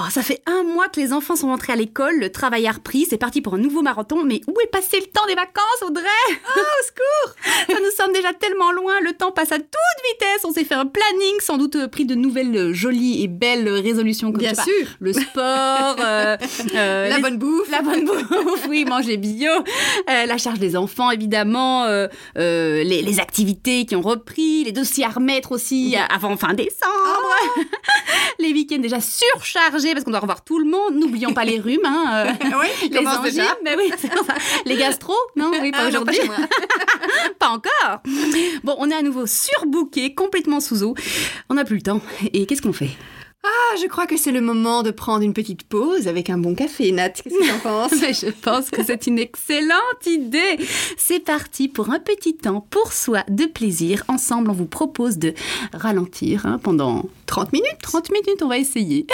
ça fait 1 mois que les enfants sont rentrés à l'école, le travail a repris, c'est parti pour un nouveau marathon, mais où est passé le temps des vacances, Audrey ? Oh, au secours ! Ça, nous sommes déjà tellement loin, le temps passe à toute vitesse, on s'est fait un planning, sans doute pris de nouvelles jolies et belles résolutions comme Bien sûr. le sport, la bonne bouffe. La bonne bouffe, oui, manger bio, la charge des enfants évidemment, les activités qui ont repris, les dossiers à remettre aussi avant fin décembre, les week-ends déjà surchargés parce qu'on doit revoir tout le monde, n'oublions pas les rhumes, Oui, les angines, déjà. Mais oui, c'est ça. Les gastro, non, oui, pas aujourd'hui. Non, pas chez moi. Pas encore. Bon, on est à nouveau surbooké, complètement sous eau. On n'a plus le temps. Et qu'est-ce qu'on fait ? Ah, je crois que c'est le moment de prendre une petite pause avec un bon café, Nat. Qu'est-ce que tu en penses ? Mais je pense que c'est une excellente idée. C'est parti pour un petit temps pour soi de plaisir. Ensemble, on vous propose de ralentir pendant 30 minutes. 30 minutes, on va essayer.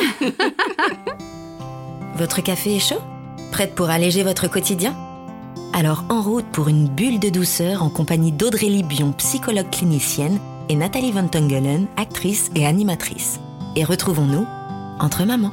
Votre café est chaud ? Prête pour alléger votre quotidien ? Alors en route pour une bulle de douceur en compagnie d'Audrey Libion, psychologue clinicienne, et Nathalie Van Tongelen, actrice et animatrice. Et retrouvons-nous entre mamans.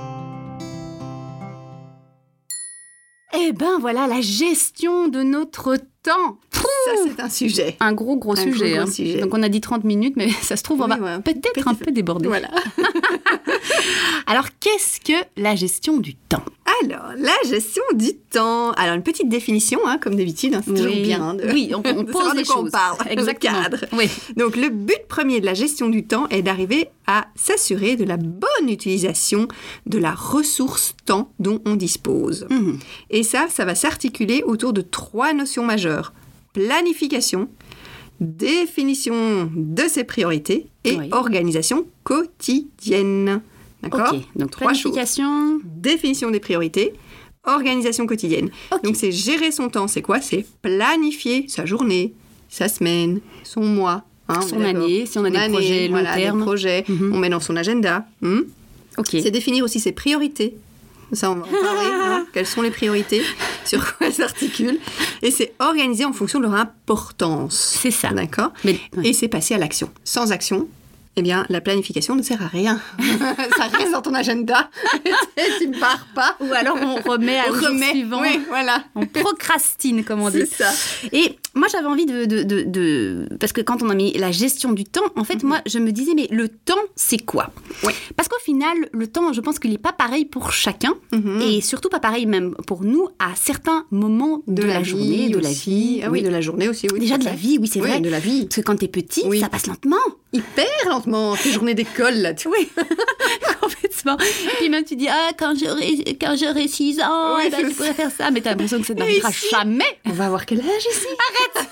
Eh ben voilà, la gestion de notre temps. Ça, c'est un sujet. Un gros sujet. Sujet. Donc on a dit 30 minutes, mais ça se trouve, on va peut-être un peu déborder. Voilà. Alors, qu'est-ce que la gestion du temps ? Alors, la gestion du temps. Alors, une petite définition, comme d'habitude, c'est toujours bien. Oui, on pose les choses. On parle. Exactement. Le cadre. Oui. Donc, le but premier de la gestion du temps est d'arriver à s'assurer de la bonne utilisation de la ressource temps dont on dispose. Mmh. Et ça va s'articuler autour de 3 notions majeures. Planification, définition de ses priorités et organisation quotidienne. D'accord ? Ok, donc 3 planification, choses. Définition des priorités, organisation quotidienne. Okay. Donc, c'est gérer son temps. C'est quoi ? C'est planifier sa journée, sa semaine, son mois. Son année, si on a des projets long terme. Des projets, on met dans son agenda. Okay. C'est définir aussi ses priorités. Ça, on va en parler. Quelles sont les priorités ? Sur quoi elles s'articulent ? Et c'est organisé en fonction de leur importance. C'est ça. D'accord ? Et c'est passer à l'action. Sans action, eh bien, la planification ne sert à rien. Ça reste dans ton agenda. Tu ne pars pas. Ou alors on remet à jour suivant. Oui, voilà. On procrastine, comme on dit. C'est ça. Et moi, j'avais envie de... Parce que quand on a mis la gestion du temps, en fait, moi, je me disais, mais le temps, c'est quoi ? Parce qu'au final, le temps, je pense qu'il n'est pas pareil pour chacun. Et surtout pas pareil même pour nous à certains moments de la journée, de la vie. Ah oui, de la journée aussi. Oui, déjà de la vie, oui, c'est vrai. De la vie. Parce que quand t'es petit, ça passe lentement. Hyper lentement. Tes journées d'école, là, tu vois. Oui, complètement. Puis même, tu dis, quand j'aurai 6 ans, je pourrais faire ça. Mais t'as l'impression que ça n'arrivera jamais. On va avoir quel âge ici ? Arrête.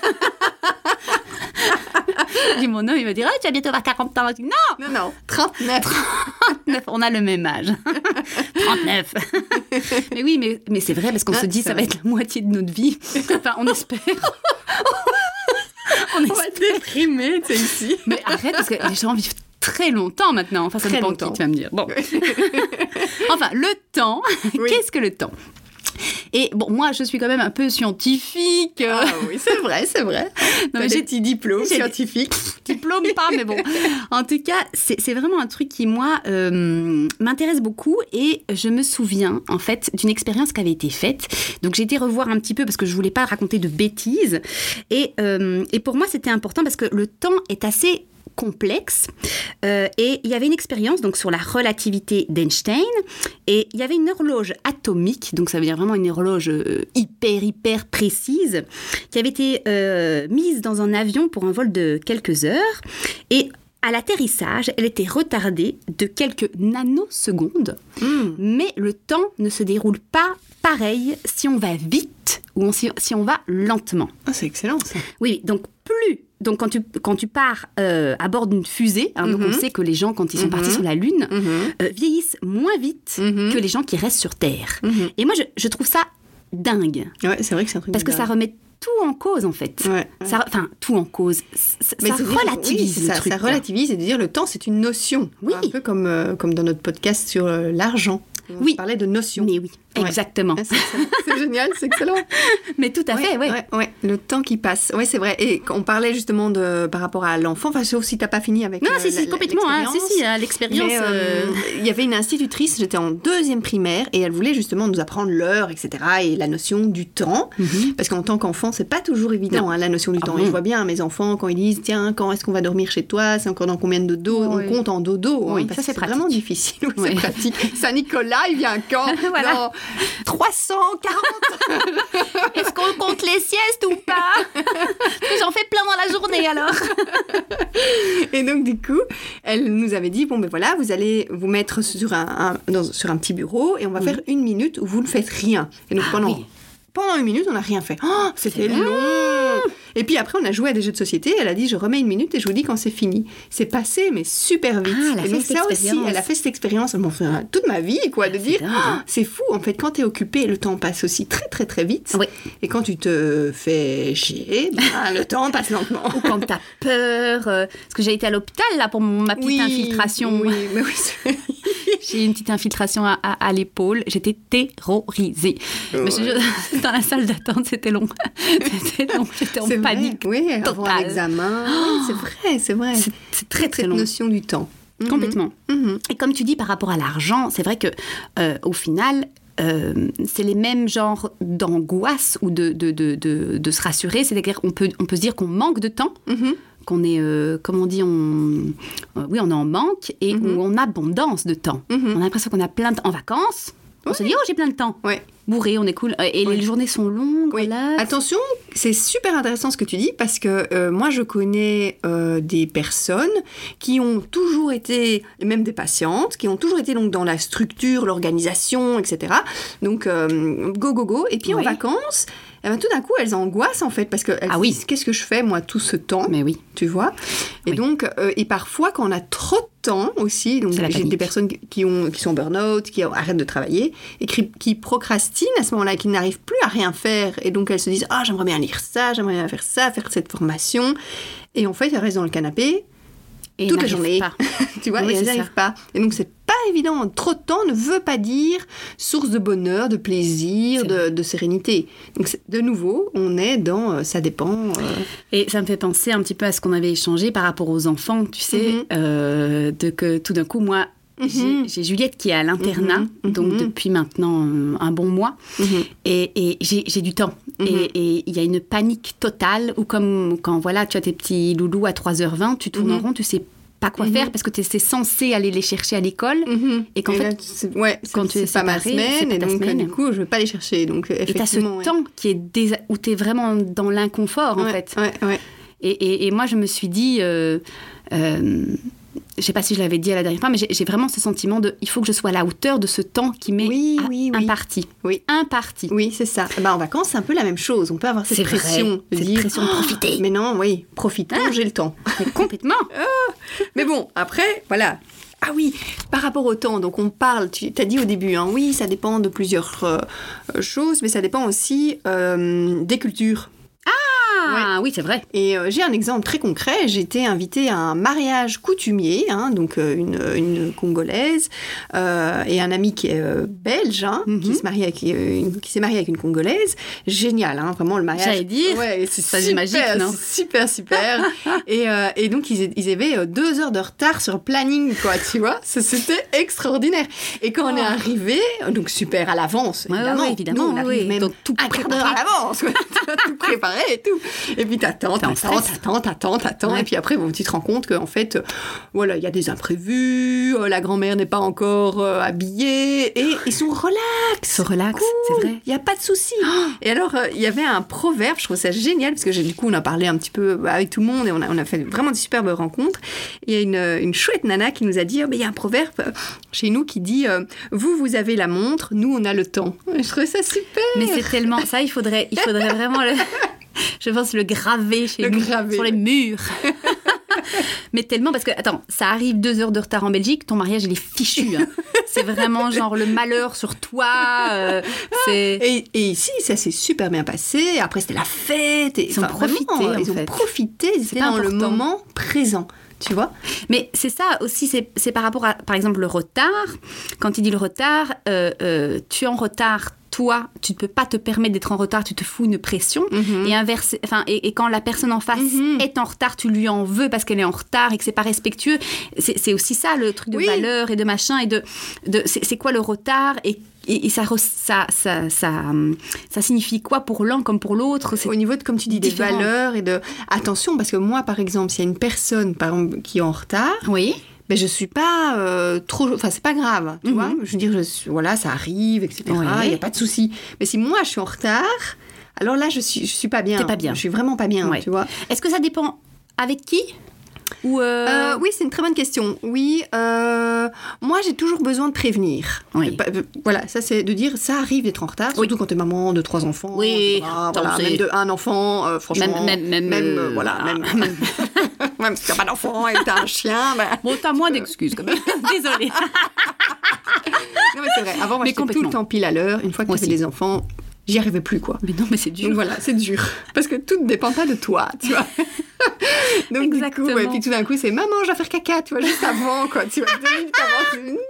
Dis mon homme, il va dire, tu vas bientôt avoir 40 ans. Je dis, non, 39. 39, on a le même âge. 39. Mais oui, mais c'est vrai, parce qu'on se dit, ça va être la moitié de notre vie. Enfin, on espère. On va déprimer, tu sais, ici. Mais arrête, parce que les gens vivent très longtemps maintenant. Enfin, ça dépend qui, tu vas me dire. Bon. Enfin, le temps, qu'est-ce que le temps ? Et bon, moi, je suis quand même un peu scientifique. Ah oui, c'est vrai. Non, mais j'ai des petits diplômes scientifiques. Diplôme pas, mais bon. En tout cas, c'est vraiment un truc qui, moi, m'intéresse beaucoup. Et je me souviens, en fait, d'une expérience qui avait été faite. Donc, j'ai été revoir un petit peu parce que je voulais pas raconter de bêtises. Et pour moi, c'était important parce que le temps est assez complexe. Et il y avait une expérience donc sur la relativité d'Einstein et il y avait une horloge atomique, donc ça veut dire vraiment une horloge hyper précise, qui avait été mise dans un avion pour un vol de quelques heures et à l'atterrissage, elle était retardée de quelques nanosecondes, mais le temps ne se déroule pas pareil si on va vite ou si on va lentement. Ah, c'est excellent ça. Oui, donc Donc, quand tu pars à bord d'une fusée, donc on sait que les gens, quand ils sont partis sur la Lune, vieillissent moins vite que les gens qui restent sur Terre. Et moi, je trouve ça dingue. Ouais, c'est vrai que c'est un truc parce que ça remet tout en cause, en fait. Enfin, tout en cause. Ça relativise le truc. Ça relativise, et de dire le temps, c'est une notion. Oui. Un peu comme dans notre podcast sur l'argent. On parlait de notions. Mais oui. Exactement. C'est génial, c'est excellent. Mais tout à fait, ouais. Le temps qui passe. Oui, c'est vrai. Et on parlait justement par rapport à l'enfant, enfin, sauf si tu n'as pas fini avec non, si, complètement. L'expérience. Il y avait une institutrice, j'étais en 2e primaire, et elle voulait justement nous apprendre l'heure, etc. et la notion du temps. Parce qu'en tant qu'enfant, c'est pas toujours évident, la notion du temps. Et je vois bien mes enfants, quand ils disent, tiens, quand est-ce qu'on va dormir chez toi? C'est encore dans combien de dodo? On compte en dodo. Oui, parce ça, que c'est vraiment difficile. Oui, c'est pratique. Saint-Nicolas, il vient quand? Voilà. Non, 340. Est-ce qu'on compte les siestes ou pas? J'en fais plein dans la journée, alors. Et donc, du coup, elle nous avait dit, bon, ben voilà, vous allez vous mettre sur un petit bureau et on va faire 1 minute où vous ne faites rien. Et donc, pendant 1 minute, on n'a rien fait. Oh, c'était long. Et puis après, on a joué à des jeux de société. Elle a dit, je remets 1 minute et je vous dis quand c'est fini. C'est passé, mais super vite. Et donc ça aussi, elle a fait cette expérience. Bon, toute ma vie, quoi, de dire, c'est fou. En fait, quand t'es occupé, le temps passe aussi très, très, très vite. Oui. Et quand tu te fais chier, le temps passe lentement. Ou quand t'as peur. Parce que j'ai été à l'hôpital, là, pour ma petite infiltration. Oui, mais oui, j'ai eu une petite infiltration à l'épaule. J'étais terrorisée. Mais dans la salle d'attente, c'était long. C'était long. J'étais en panique. Oui, totale. avant un examen. C'est vrai. C'est très, très long. Cette notion du temps. Complètement. Et comme tu dis, par rapport à l'argent, c'est vrai que au final, c'est les mêmes genres d'angoisse ou de se rassurer. C'est-à-dire qu'on peut se dire qu'on manque de temps. Qu'on est, comme on dit, on est en manque et où on a abondance de temps. On a l'impression qu'on a plein de temps. En vacances, on se dit, oh, j'ai plein de temps. Ouais. Bourré, on est cool. Et les journées sont longues. Oui. Voilà. Attention, c'est super intéressant ce que tu dis parce que moi, je connais des personnes qui ont toujours été, et même des patientes, qui ont toujours été donc, dans la structure, l'organisation, etc. Donc, go. Et puis en vacances... Eh ben, tout d'un coup, elles angoissent en fait parce qu'elles disent qu'est-ce que je fais moi tout ce temps, mais oui, tu vois. Et donc et parfois quand on a trop de temps aussi, donc j'ai des personnes qui sont burn-out, qui arrêtent de travailler et qui procrastinent à ce moment-là, et qui n'arrivent plus à rien faire et donc elles se disent j'aimerais bien lire ça, j'aimerais bien faire ça, faire cette formation et en fait elles restent dans le canapé. Et toute la journée, tu vois, et elles n'arrivent pas. Et donc, c'est pas évident. Trop de temps ne veut pas dire source de bonheur, de plaisir, de sérénité. Donc, de nouveau, on est dans ça dépend. Et ça me fait penser un petit peu à ce qu'on avait échangé par rapport aux enfants, tu sais, que tout d'un coup, moi, j'ai Juliette qui est à l'internat, donc depuis maintenant un bon mois, et j'ai du temps. Et il y a une panique totale, ou comme quand voilà, tu as tes petits loulous à 3h20, tu tournes en rond, tu sais pas quoi faire parce que tu es censé aller les chercher à l'école et qu'en fait quand tu es pas ma semaine et donc du coup je vais pas les chercher, donc et t'as ce temps qui est où t'es vraiment dans l'inconfort en fait. Et moi je me suis dit je sais pas si je l'avais dit à la dernière fois, mais j'ai vraiment ce sentiment de il faut que je sois à la hauteur de ce temps qui m'est imparti. Imparti. Oui, c'est ça. En vacances, c'est un peu la même chose. On peut avoir cette pression de dire pression de profiter. Mais non, profitons, j'ai le temps. Complètement. Mais bon, après, voilà. Ah oui, par rapport au temps, donc on parle, tu as dit au début, oui, ça dépend de plusieurs choses, mais ça dépend aussi des cultures. Oui, c'est vrai. Et j'ai un exemple très concret. J'ai été invitée à un mariage coutumier, donc une Congolaise et un ami qui est belge, qui s'est marié avec une Congolaise. Génial, vraiment le mariage. J'allais dire, c'est magique, non? Super. et donc ils avaient 2 heures de retard sur le planning, quoi, tu vois. C'était extraordinaire. Et quand on est arrivé, donc super à l'avance, évidemment. Nous, on arrive même tout un quart d'heure à l'avance, tout préparé et tout. Et puis t'attends. Et puis après, tu te rends compte qu'en fait, voilà, il y a des imprévus, la grand-mère n'est pas encore habillée, et ils sont relax. C'est vrai. Il n'y a pas de souci. Et alors, il y avait un proverbe, je trouve ça génial, parce que du coup, on a parlé un petit peu avec tout le monde, et on a fait vraiment de superbes rencontres. Il y a une chouette nana qui nous a dit, il y a un proverbe chez nous qui dit, vous avez la montre, nous, on a le temps. Et je trouvais ça super. Mais c'est tellement... Ça, il faudrait vraiment je pense le graver chez nous, sur les murs. Mais tellement, parce que, attends, ça arrive 2 heures de retard en Belgique, ton mariage, il est fichu. C'est vraiment genre le malheur sur toi. Et ici, ça s'est super bien passé. Après, c'était la fête. Ils ont profité, ils ont profité. C'était dans le moment présent. tu vois. Mais c'est ça aussi, c'est par rapport à, par exemple, le retard. Quand il dit le retard, tu es en retard, toi, tu ne peux pas te permettre d'être en retard, tu te fous une pression. Et quand la personne en face est en retard, tu lui en veux parce qu'elle est en retard et que c'est pas respectueux. C'est aussi ça, le truc de valeur et de machin. Et c'est quoi le retard et ça signifie quoi pour l'un comme pour l'autre? Au niveau de, comme tu dis, différent. Des valeurs et de... Attention, parce que moi, par exemple, s'il y a une personne par exemple, qui est en retard... Oui. Ben, je suis pas trop... Enfin, c'est pas grave, tu vois. Je veux dire, voilà, ça arrive, etc. Il n'y a pas de souci. Mais si moi, je suis en retard, alors là, je suis pas bien. T'es pas bien. Je suis vraiment pas bien, tu vois. Est-ce que ça dépend avec qui? Ou Oui, c'est une très bonne question. Oui, moi, j'ai toujours besoin de prévenir. Oui. Voilà, ça, c'est de dire, ça arrive d'être en retard, surtout quand t'es maman de 3 enfants. Oui. Voilà, même de 1 enfant, franchement. Même si t'as pas d'enfant et t'as un chien. Ben... Bon, t'as moins d'excuses, quand même. Désolée. Non, mais c'est vrai. Avant, moi, j'étais tout le temps pile à l'heure. Une fois que t'avais des enfants, j'y arrivais plus, quoi. Mais non, mais c'est dur. Donc voilà, c'est dur. Parce que tout ne dépend pas de toi, tu vois. Donc exactement. Du coup, et puis tout d'un coup, c'est maman, je vais faire caca, tu vois, juste avant, quoi. Tu vois, 2 minutes avant, tu dis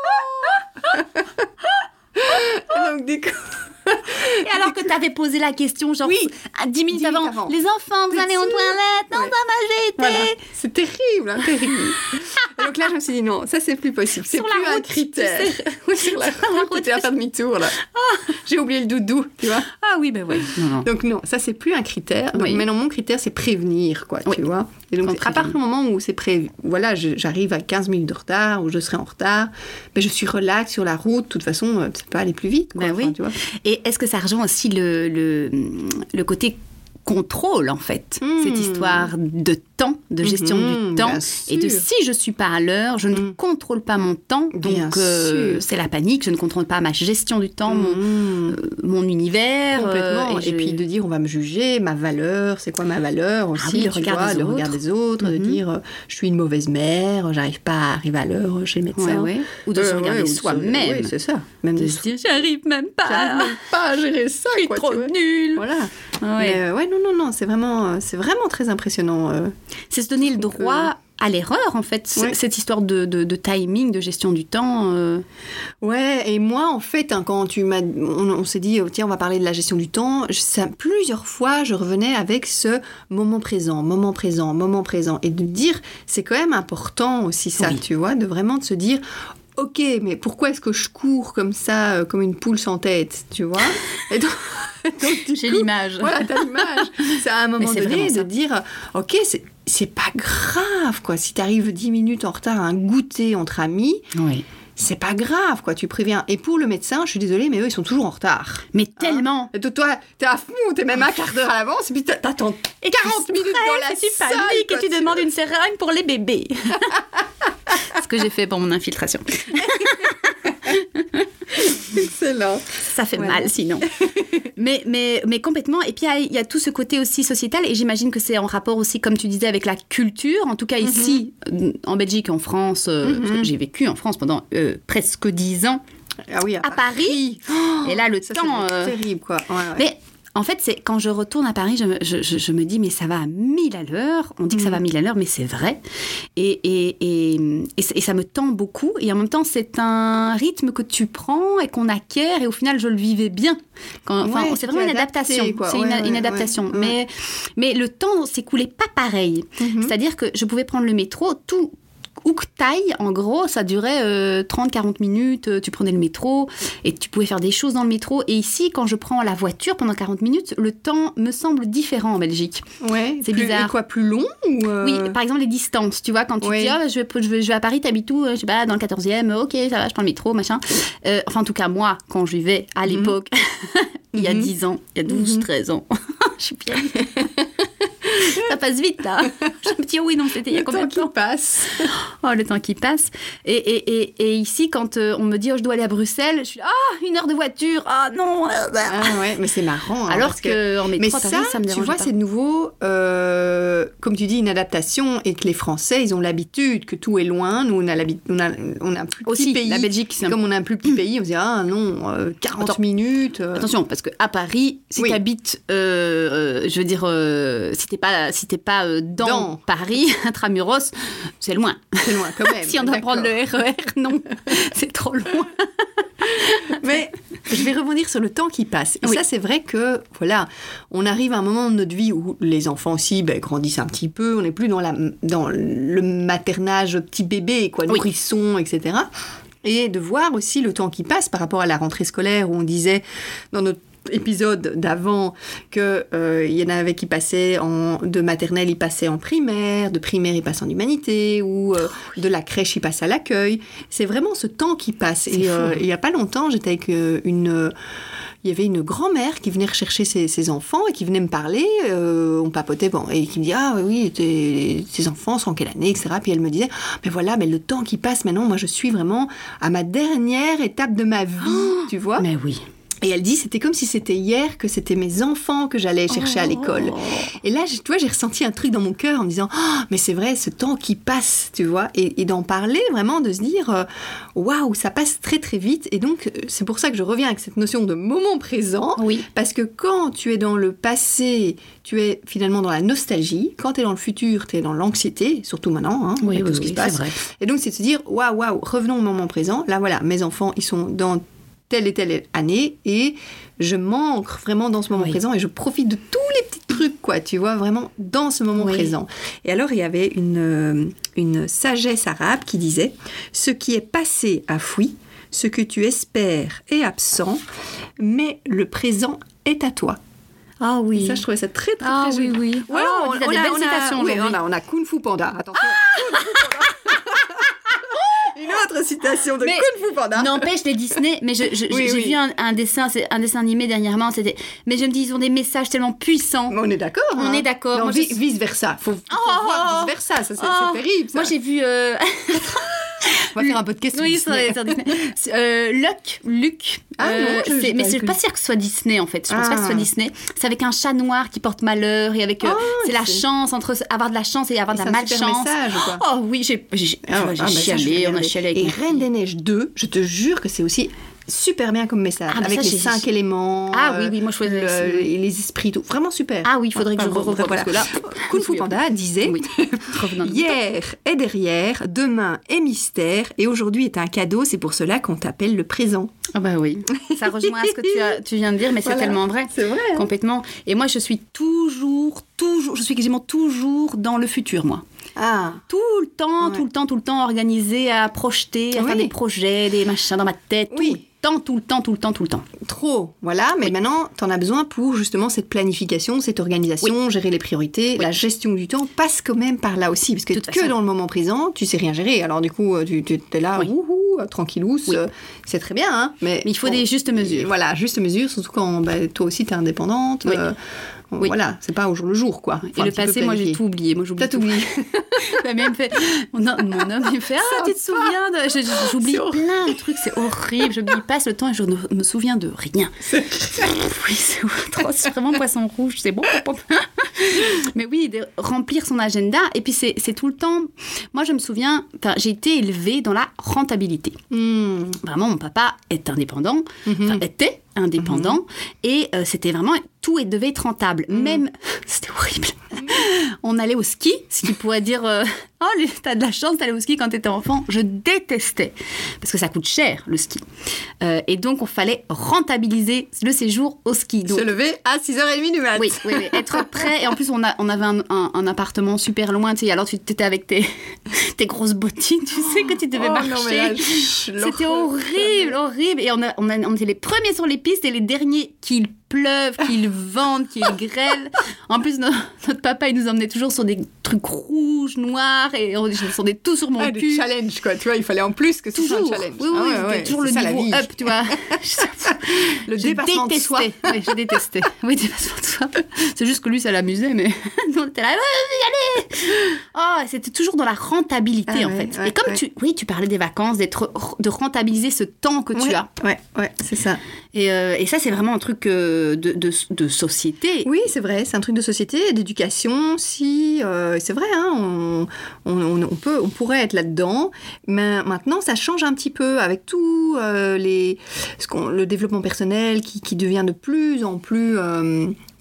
non. Donc du coup... Et alors que t'avais posé la question, genre, 10 minutes avant, les enfants, vous allez aux toilettes, non, ça m'a jeté. Voilà. C'est terrible, hein, terrible. Et donc là, je me suis dit, non, ça, c'est plus possible. C'est sur plus la route, un critère. Tu sais. Oui, sur la route, tu vas faire demi-tour, là. J'ai oublié le doudou, tu vois. Ah oui, ben oui. Non. Donc non, ça, c'est plus un critère. Donc maintenant, mon critère, c'est prévenir, quoi, tu vois. Et donc, à partir du moment où c'est prévu, voilà, j'arrive à 15 minutes de retard, ou je serai en retard, mais je suis relax sur la route. De toute façon, ça peut aller plus vite, quoi. Ben tu vois. Et est-ce que ça rejoint aussi le côté contrôle, en fait, cette histoire de temps, de gestion du temps, et de si je suis pas à l'heure, je ne contrôle pas mon temps, donc c'est la panique, je ne contrôle pas ma gestion du temps, mon univers. Complètement. Et puis de dire, on va me juger, ma valeur, c'est quoi ma valeur aussi, le regard des autres, de dire, je suis une mauvaise mère, j'arrive pas à arriver à l'heure chez le médecin. Ou de se regarder soi-même. Oui, c'est ça. Même de se dire, j'arrive même pas à gérer ça. Je suis trop nulle. Voilà. Mais non, c'est vraiment très impressionnant. C'est se donner le droit à l'erreur, en fait, cette histoire de timing, de gestion du temps. Ouais, et moi, en fait, quand on s'est dit, tiens, on va parler de la gestion du temps, plusieurs fois, je revenais avec ce moment présent, et de dire, c'est quand même important aussi ça, tu vois, de vraiment de se dire, ok, mais pourquoi est-ce que je cours comme ça, comme une poule sans tête, tu vois? Et donc, j'ai l'image. Voilà, t'as l'image. C'est à un moment donné de dire, ok, c'est pas grave, quoi. Si t'arrives 10 minutes en retard à un goûter entre amis, c'est pas grave, quoi. Tu préviens. Et pour le médecin, je suis désolée, mais eux, ils sont toujours en retard. Mais tellement. Et toi, t'es à fond, t'es même un quart d'heure à l'avance, et puis t'attends 40 minutes dans la salle. Et tu demandes une seringue pour les bébés. C'est ce que j'ai fait pour mon infiltration. Excellent. Ça fait mal sinon. mais complètement. Et puis il y a tout ce côté aussi sociétal, et j'imagine que c'est en rapport aussi, comme tu disais, avec la culture. En tout cas ici, en Belgique, en France, j'ai vécu en France pendant presque 10 ans. Ah oui, à Paris. Et là, le temps... c'est terrible, quoi. Mais en fait, c'est quand je retourne à Paris, je me dis, mais ça va à 1000 à l'heure. On dit que ça va à 1000 à l'heure, mais c'est vrai. Et ça me tend beaucoup. Et en même temps, c'est un rythme que tu prends et qu'on acquiert. Et au final, je le vivais bien. C'est vraiment une adaptation. C'est une adaptation. Ouais. Mais le temps s'écoulait pas pareil. C'est-à-dire que je pouvais prendre le métro, où que t'ailles, en gros, ça durait 30-40 minutes, tu prenais le métro et tu pouvais faire des choses dans le métro. Et ici, quand je prends la voiture pendant 40 minutes, le temps me semble différent en Belgique. Ouais, c'est bizarre. Et quoi, plus long ou Oui, par exemple, les distances, tu vois, quand tu dis, je vais à Paris, t'habites où? Je sais pas, dans le 14e, ok, ça va, je prends le métro, machin. En tout cas, moi, quand je vivais à l'époque, il y a 10 ans, il y a 12-13 ans, je suis bien. Ça passe vite, là. Je me dis, oui, non, c'était il y a combien de temps? Le temps qui passe. Oh, le temps qui passe. Et ici, quand on me dit, je dois aller à Bruxelles, je suis là, 1 heure de voiture, non. Ah ouais, mais c'est marrant. Alors qu'en métro, ça me dérange pas. Tu vois, c'est de nouveau, comme tu dis, une adaptation, et que les Français, ils ont l'habitude que tout est loin. Nous, on a un plus petit pays. La Belgique, comme on a un plus petit pays, on se dit, 40 minutes. Attention, parce qu'à Paris, si tu habites, je veux dire, si si t'es pas dans Paris, intramuros, c'est loin. C'est loin quand même. Si on doit prendre le RER, non, c'est trop loin. Mais je vais rebondir sur le temps qui passe. Et ça, c'est vrai que, voilà, on arrive à un moment de notre vie où les enfants aussi grandissent un petit peu. On n'est plus dans le maternage petit bébé, quoi, nourrisson, etc. Et de voir aussi le temps qui passe par rapport à la rentrée scolaire où on disait dans notre épisode d'avant que y en avait qui passaient de maternelle, ils passaient en primaire, de primaire, ils passent en humanité, ou de la crèche, ils passent à l'accueil. C'est vraiment ce temps qui passe. Et il y a pas longtemps, j'étais avec il y avait une grand-mère qui venait rechercher ses enfants et qui venait me parler, on papotait, et qui me dit « Ah oui, tes enfants sont en quelle année, etc. » Puis elle me disait « Mais voilà, mais le temps qui passe maintenant, moi je suis vraiment à ma dernière étape de ma vie, tu vois ?» Mais oui. Et elle dit, c'était comme si c'était hier que c'était mes enfants que j'allais chercher à l'école. Et là, tu vois, j'ai ressenti un truc dans mon cœur en me disant, mais c'est vrai, ce temps qui passe, tu vois. Et d'en parler vraiment, de se dire, waouh, ça passe très très vite. Et donc, c'est pour ça que je reviens avec cette notion de moment présent. Oui. Parce que quand tu es dans le passé, tu es finalement dans la nostalgie. Quand tu es dans le futur, tu es dans l'anxiété, surtout maintenant, oui, avec tout ce qui se passe. C'est vrai. Et donc, c'est de se dire, waouh, revenons au moment présent. Là, voilà, mes enfants, ils sont dans telle et telle année, et je m'ancre vraiment dans ce moment présent, et je profite de tous les petits trucs, quoi, tu vois, vraiment dans ce moment présent. Et alors, il y avait une sagesse arabe qui disait « Ce qui est passé a fui, ce que tu espères est absent, mais le présent est à toi. » Ah oui. Et ça, je trouvais ça très, très, très joli. Oui. Ouais, on a des belles citations aujourd'hui. On a Kung Fu Panda. Attention. Kung Fu Panda. Une autre citation de Kung Fu Panda. N'empêche les Disney, mais j'ai vu un dessin animé dernièrement, mais je me dis, ils ont des messages tellement puissants. Mais on est d'accord. On est d'accord. Non, vice versa. Faut voir vice versa, ça c'est terrible. Ça. Moi j'ai vu. On va faire un podcast sur Disney. Sur Disney. Luc. Mais je suis pas sûre que ce soit Disney en fait. Je pense pas que ce soit Disney. C'est avec un chat noir qui porte malheur et avec c'est la chance entre avoir de la chance et avoir de la malchance. Oh oui, j'ai chialé, on a chialé avec. Et Reine des Neiges 2, je te jure que c'est aussi super bien comme message, avec les 5 éléments. Ah oui, moi je choisis les esprits, tout. Vraiment super. Ah oui, il faudrait que je revoie. Parce que là, Kung Fu Panda disait hier est derrière, demain est mystère, et aujourd'hui est un cadeau, c'est pour cela qu'on t'appelle le présent. Ah bah oui. Ça rejoint à ce que tu viens de dire, mais c'est tellement vrai. C'est vrai. Hein. Complètement. Et moi, je suis je suis quasiment toujours dans le futur, moi. Ah. Tout le temps organisée à projeter, à faire des projets, des machins dans ma tête. Tout le temps. Trop, voilà. Mais maintenant, t'en as besoin pour justement cette planification, cette organisation, gérer les priorités, la gestion du temps passe quand même par là aussi. Parce que dans le moment présent, tu sais rien gérer. Alors du coup, tu es là, tranquillous, c'est très bien. Hein, mais il faut des justes mesures. Voilà, justes mesures, surtout quand toi aussi t'es indépendante. Voilà, c'est pas au jour le jour, quoi. Et le passé, moi, j'ai tout oublié. T'as tout oublié. Mon homme, il me fait « Ah, tu te souviens de... » J'oublie plein de trucs, c'est horrible. Il passe le temps et je ne me souviens de rien. Oui, c'est vraiment poisson rouge, c'est bon. Mais oui, de remplir son agenda. Et puis, c'est tout le temps... Moi, je me souviens, j'ai été élevée dans la rentabilité. Vraiment, mon papa est indépendant, était indépendant, et c'était vraiment... Tout devait être rentable. Même... C'était horrible. On allait au ski, si tu pourrais dire... t'as de la chance d'aller au ski quand t'étais enfant. Je détestais. Parce que ça coûte cher, le ski. Et donc, on fallait rentabiliser le séjour au ski. Donc, se lever à 6h30 du mat'. Oui, être prêt. Et en plus, on avait un appartement super loin. Tu sais, alors, tu étais avec tes grosses bottines, tu sais, que tu devais marcher. Non, mais là, c'était horrible. Et on était les premiers sur les pistes et les derniers qui pleuve, qu'il vente, qu'il grêle. En plus, notre papa, il nous emmenait toujours sur des trucs rouges, noirs, et on descendait tout sur mon cul. Des challenges, quoi. Tu vois, il fallait en plus que ce soit un challenge. Oui, c'était toujours le niveau up, tu vois. Le dépassement de soi. Oui, je détestais. Oui, dépassement de soi. C'est juste que lui, ça l'amusait, mais nous, on était là, allez. C'était toujours dans la rentabilité, en fait. Et comme tu parlais des vacances, de rentabiliser ce temps que tu as. Ouais, c'est ça. Et ça, c'est vraiment un truc de société. Oui, c'est vrai, c'est un truc de société, d'éducation, si c'est vrai, hein, on pourrait être là-dedans, mais maintenant ça change un petit peu avec tout le développement personnel qui devient de plus en plus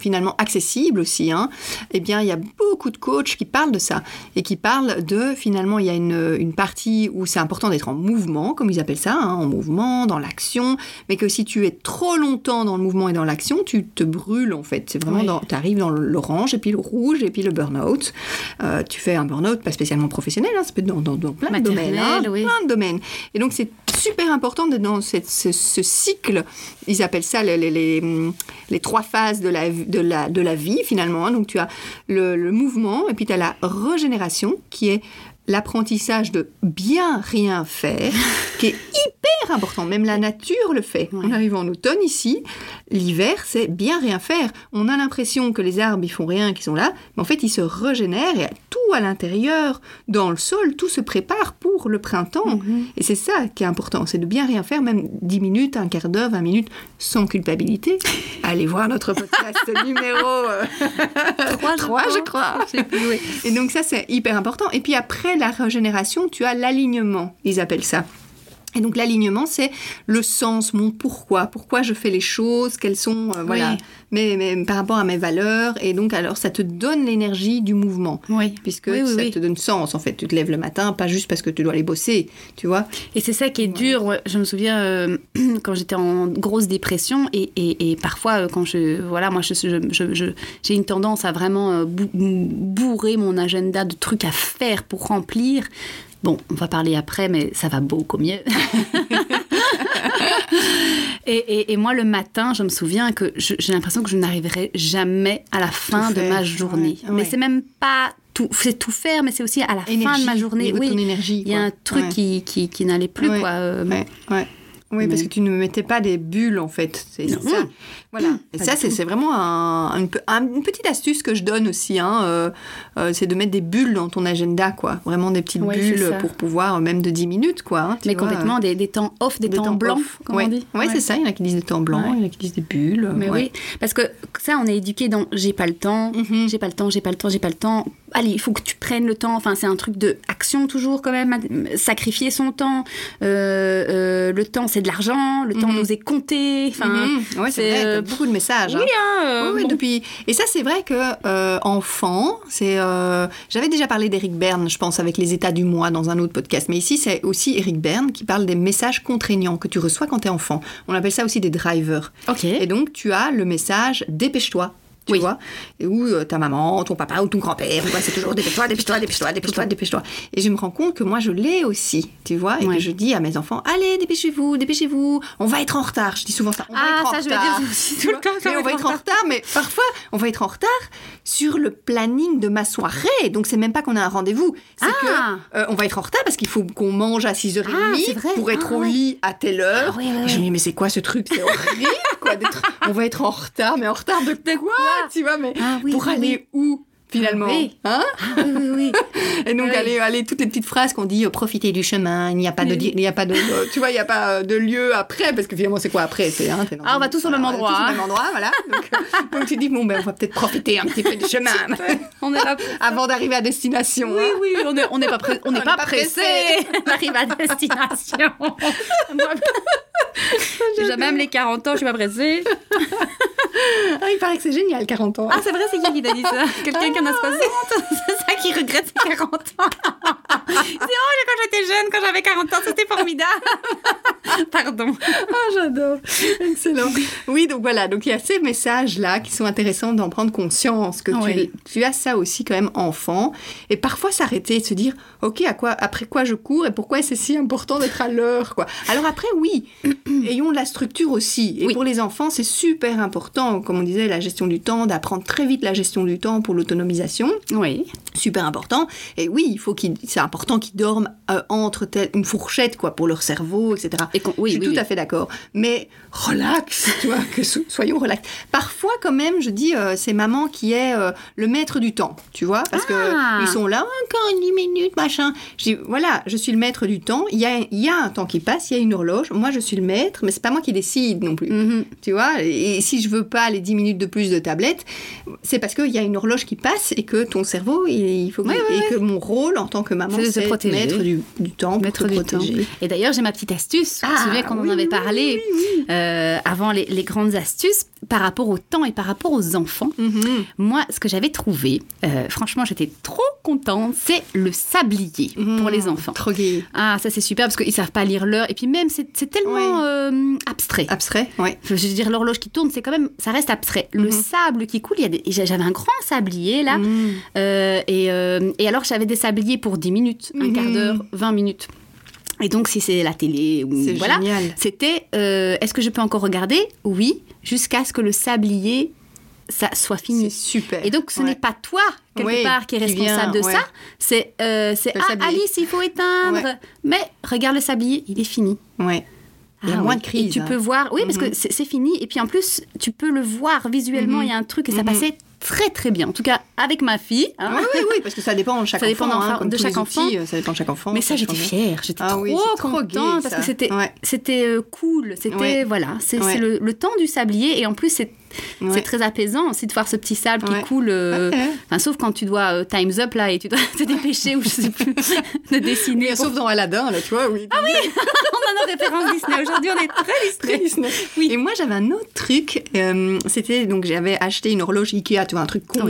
finalement accessible aussi, hein, eh bien, il y a beaucoup de coachs qui parlent de ça et qui parlent de, finalement, il y a une partie où c'est important d'être en mouvement, comme ils appellent ça, hein, en mouvement, dans l'action, mais que si tu es trop longtemps dans le mouvement et dans l'action, tu te brûles, en fait. C'est vraiment, tu arrives dans l'orange et puis le rouge et puis le burn-out. Tu fais un burn-out pas spécialement professionnel, hein, ça peut être dans plein de domaines. Hein, plein de domaines. Et donc, c'est super important d'être dans ce cycle. Ils appellent ça les 3 phases de la vie, finalement. Hein. Donc, tu as le mouvement, et puis tu as la régénération, qui est l'apprentissage de bien rien faire, qui est hyper important. Même la nature le fait. Ouais. On arrive en automne ici. L'hiver, c'est bien rien faire. On a l'impression que les arbres, ils font rien, qu'ils sont là. Mais en fait, ils se régénèrent et tout à l'intérieur, dans le sol, tout se prépare pour le printemps. Et c'est ça qui est important. C'est de bien rien faire, même 10 minutes, un quart d'heure, 20 minutes, sans culpabilité. Allez voir notre podcast numéro 3, je crois. Et donc ça, c'est hyper important. Et puis après la régénération, tu as l'alignement, ils appellent ça. Et donc l'alignement, c'est le sens, mon pourquoi je fais les choses, quelles sont, voilà, mais par rapport à mes valeurs. Et donc alors ça te donne l'énergie du mouvement, puisque ça te donne sens en fait. Tu te lèves le matin, pas juste parce que tu dois aller bosser, tu vois. Et c'est ça qui est dur. Je me souviens quand j'étais en grosse dépression et parfois quand moi j'ai une tendance à vraiment bourrer mon agenda de trucs à faire pour remplir. Bon, on va parler après, mais ça va beaucoup mieux. et moi, le matin, je me souviens que j'ai l'impression que je n'arriverai jamais à la fin de ma journée. Ouais. Mais c'est même pas tout, c'est tout faire, mais c'est aussi à la fin de ma journée. Ton énergie, il y a un truc qui n'allait plus, quoi. Oui, parce que tu ne mettais pas des bulles, en fait. C'est ça. Voilà. Et ça, c'est vraiment une petite astuce que je donne aussi. Hein. C'est de mettre des bulles dans ton agenda, quoi. Vraiment des petites bulles pour pouvoir, même de 10 minutes, quoi. Hein, mais complètement, des temps off, des temps blancs, comme on dit. Oui, c'est ça. Il y en a qui disent des temps blancs, il y en a qui disent des bulles. Mais oui, parce que ça, on est éduqué dans « j'ai pas le temps, j'ai pas le temps, j'ai pas le temps, j'ai pas le temps ». Allez, il faut que tu prennes le temps. Enfin, c'est un truc de action toujours quand même. Sacrifier son temps. Le temps, c'est de l'argent. Le temps nous est compté. Enfin, ouais, c'est vrai. Beaucoup de messages. Oui, bon. Depuis. Et ça, c'est vrai que enfant, j'avais déjà parlé d'Éric Berne, je pense, avec les états du moi dans un autre podcast. Mais ici, c'est aussi Éric Berne qui parle des messages contraignants que tu reçois quand tu es enfant. On appelle ça aussi des drivers. Okay. Et donc, tu as le message dépêche-toi. Tu vois, et où ta maman, ton papa ou ton grand-père, c'est toujours dépêche-toi, dépêche-toi, dépêche-toi, dépêche-toi, dépêche-toi. Et je me rends compte que moi, je l'ai aussi, tu vois, et que je dis à mes enfants, allez, dépêchez-vous, on va être en retard. Je dis souvent ça, on va être en retard. Je veux dire aussi tout le temps. Mais on va être en retard, mais parfois, on va être en retard sur le planning de ma soirée. Donc, c'est même pas qu'on a un rendez-vous, c'est que on va être en retard parce qu'il faut qu'on mange à 6h30 pour être au lit à telle heure. Et je me dis, mais c'est quoi ce truc? C'est horrible, quoi. On va être en retard, mais en retard de quoi? Tu vois, mais pour aller où finalement, hein? Oui. Et donc aller toutes les petites phrases qu'on dit profiter du chemin, il n'y a pas de tu vois, il n'y a pas de lieu après, parce que finalement c'est quoi après, on va tous au même endroit. Tous au même endroit, voilà. Donc tu dis bon on va peut-être profiter un petit peu du chemin. On est là avant d'arriver à destination. Oui, on n'est pas pressé d'arriver à destination. Déjà même les 40 ans, je suis pas pressée. Il paraît que c'est génial 40 ans. Ah, c'est vrai, c'est qui t'a dit ça? Quelqu'un qui en a 60? C'est ça qui regrette ses 40 ans. C'est quand j'étais jeune, quand j'avais 40 ans, c'était formidable. Pardon. J'adore. Excellent. Oui, donc voilà, donc il y a ces messages-là qui sont intéressants d'en prendre conscience, que tu as ça aussi quand même enfant, et parfois s'arrêter et se dire, ok, après quoi je cours et pourquoi c'est si important d'être à l'heure, quoi. Alors après, oui, ayons de la structure aussi. Et pour les enfants, c'est super important, comme on disait, la gestion du temps, d'apprendre très vite la gestion du temps pour l'autonomisation. Oui. Super important. Et oui, c'est important qu'ils dorment entre une fourchette, quoi, pour leur cerveau, etc. Je suis tout à fait d'accord. Mais relax, tu vois, soyons relax. Parfois, quand même, je dis, c'est maman qui est le maître du temps, tu vois, parce que ils sont là, encore 10 minutes, machin. Je dis, voilà, je suis le maître du temps. Il y a un temps qui passe, il y a une horloge. Moi, je suis le maître, mais c'est pas moi qui décide non plus. Tu vois, et si je veux pas les 10 minutes de plus de tablette, c'est parce qu'il y a une horloge qui passe et que ton cerveau, il faut et que mon rôle en tant que maman, c'est d'être maître du temps pour te protéger. Et d'ailleurs, j'ai ma petite astuce. Tu te souviens qu'on en avait parlé avant les grandes astuces par rapport au temps et par rapport aux enfants. Moi, ce que j'avais trouvé, franchement, j'étais trop contente, c'est le sablier pour les enfants. Trop gai. Ah, ça c'est super parce qu'ils savent pas lire l'heure. Et puis même, c'est tellement abstrait. Abstrait, oui. Je veux dire, l'horloge qui tourne, c'est quand même, ça reste abstrait. Le sable qui coule, j'avais un grand sablier là. Et alors, j'avais des sabliers pour 10 minutes, un quart d'heure, 20 minutes. Et donc, si c'est la télé, c'est voilà, génial. C'était, est-ce que je peux encore regarder ? Oui, jusqu'à ce que le sablier ça soit fini. C'est super. Et donc, ce n'est pas toi, quelque part, qui est responsable de ça. C'est Alice, il faut éteindre. Ouais. Mais regarde le sablier, il est fini. Ouais. Il y a moins de crise. Et tu peux voir, parce que c'est fini. Et puis en plus, tu peux le voir visuellement, il y a un truc et ça passait très très bien. En tout cas, avec ma fille. Hein. Oui, parce que ça dépend de chaque enfant. De chaque enfant. Ça dépend de chaque enfant. Mais ça, j'étais fière. J'étais trop contente parce que c'était cool. C'était, voilà, c'est le temps du sablier. Et en plus, c'est très apaisant aussi de voir ce petit sable qui coule. Sauf quand tu dois Time's Up là et tu dois te dépêcher ou je sais plus de dessiner. Oui, sauf dans Aladdin là, tu vois. Oui. Ah oui, on a nos références Disney. Aujourd'hui, on est très Disney. Oui. Et moi, j'avais un autre truc. C'était donc j'avais acheté une horloge Ikea, tu vois, un truc con.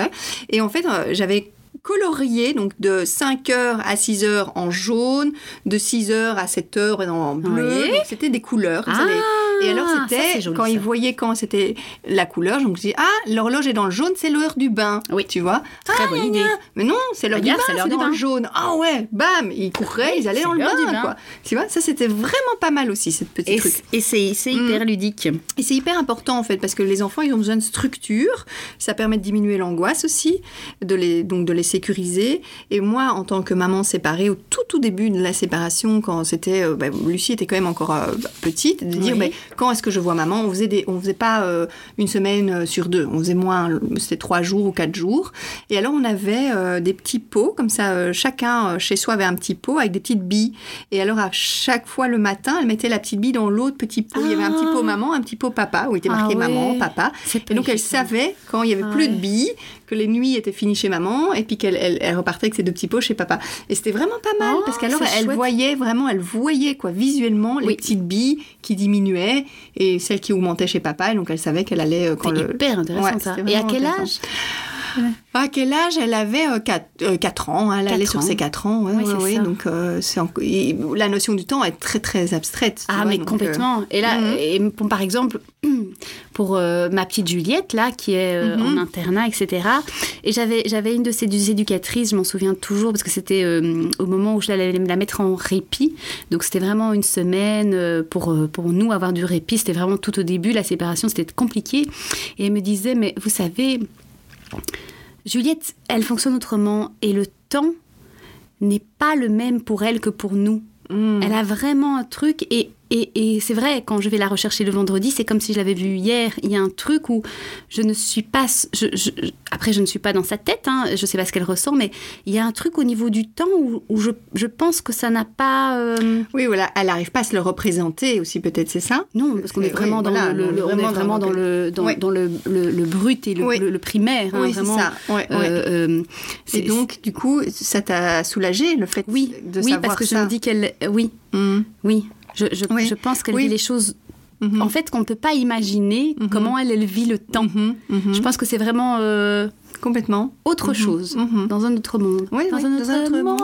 Et en fait, j'avais colorié, donc de 5h à 6h en jaune, de 6h à 7h en bleu. Donc, c'était des couleurs. Et alors, c'était, quand ils voyaient quand c'était la couleur, je me dis, l'horloge est dans le jaune, c'est l'heure du bain. Oui. Tu vois? Très bonne idée. Mais non, c'est l'heure du bain, c'est dans le jaune. Ah ouais, bam, ils couraient, ils allaient dans le bain, quoi. Tu vois? Ça, c'était vraiment pas mal aussi, cette petite truc. Et c'est hyper ludique. Et c'est hyper important, en fait, parce que les enfants, ils ont besoin de structure. Ça permet de diminuer l'angoisse aussi, de les sécuriser. Et moi, en tant que maman séparée, au tout début de la séparation, quand c'était... Lucie était quand même encore petite, de dire... Quand est-ce que je vois maman ? On faisait pas une semaine sur 2. On faisait moins, c'était 3 jours ou 4 jours. Et alors, on avait des petits pots, comme ça, chacun chez soi avait un petit pot avec des petites billes. Et alors, à chaque fois le matin, elle mettait la petite bille dans l'autre petit pot. Il y avait un petit pot maman, un petit pot papa, où il était marqué maman, papa. Et donc, elle savait, quand il y avait plus de billes, que les nuits étaient finies chez maman, et puis qu'elle repartait avec ses 2 petits pots chez papa. Et c'était vraiment pas mal, parce qu'alors, elle voyait quoi, visuellement les petites billes qui diminuaient, et celle qui augmentait chez papa, et donc elle savait qu'elle allait... C'est hyper intéressant ça. Et à quel âge ? À quel âge elle avait 4 ans, elle allait sur ses 4 ans. Oui. Donc, la notion du temps est très, très abstraite. Mais complètement. Et là, par exemple, pour ma petite Juliette, là, qui est en internat, etc., et j'avais une de ces éducatrices, je m'en souviens toujours, parce que c'était au moment où je allais la mettre en répit. Donc, c'était vraiment une semaine pour nous avoir du répit. C'était vraiment tout au début, la séparation, c'était compliqué. Et elle me disait, mais vous savez... Juliette, elle fonctionne autrement et le temps n'est pas le même pour elle que pour nous. Elle a vraiment un truc et c'est vrai, quand je vais la rechercher le vendredi, c'est comme si je l'avais vue hier. Il y a un truc où je ne suis pas... après, je ne suis pas dans sa tête, je ne sais pas ce qu'elle ressent, mais il y a un truc au niveau du temps où je pense que ça n'a pas... Oui, voilà, elle n'arrive pas à se le représenter aussi, peut-être, c'est ça ? Non, parce qu'on est vraiment dans le brut et le primaire. Oui, vraiment. c'est ça. Et donc, du coup, ça t'a soulagé, le fait de savoir ça ? Oui, parce que je me dis qu'elle... Oui. Je pense qu'elle vit les choses, en fait, qu'on ne peut pas imaginer comment elle vit le temps. Je pense que c'est vraiment complètement autre chose, dans un autre monde. Oui, dans un autre monde.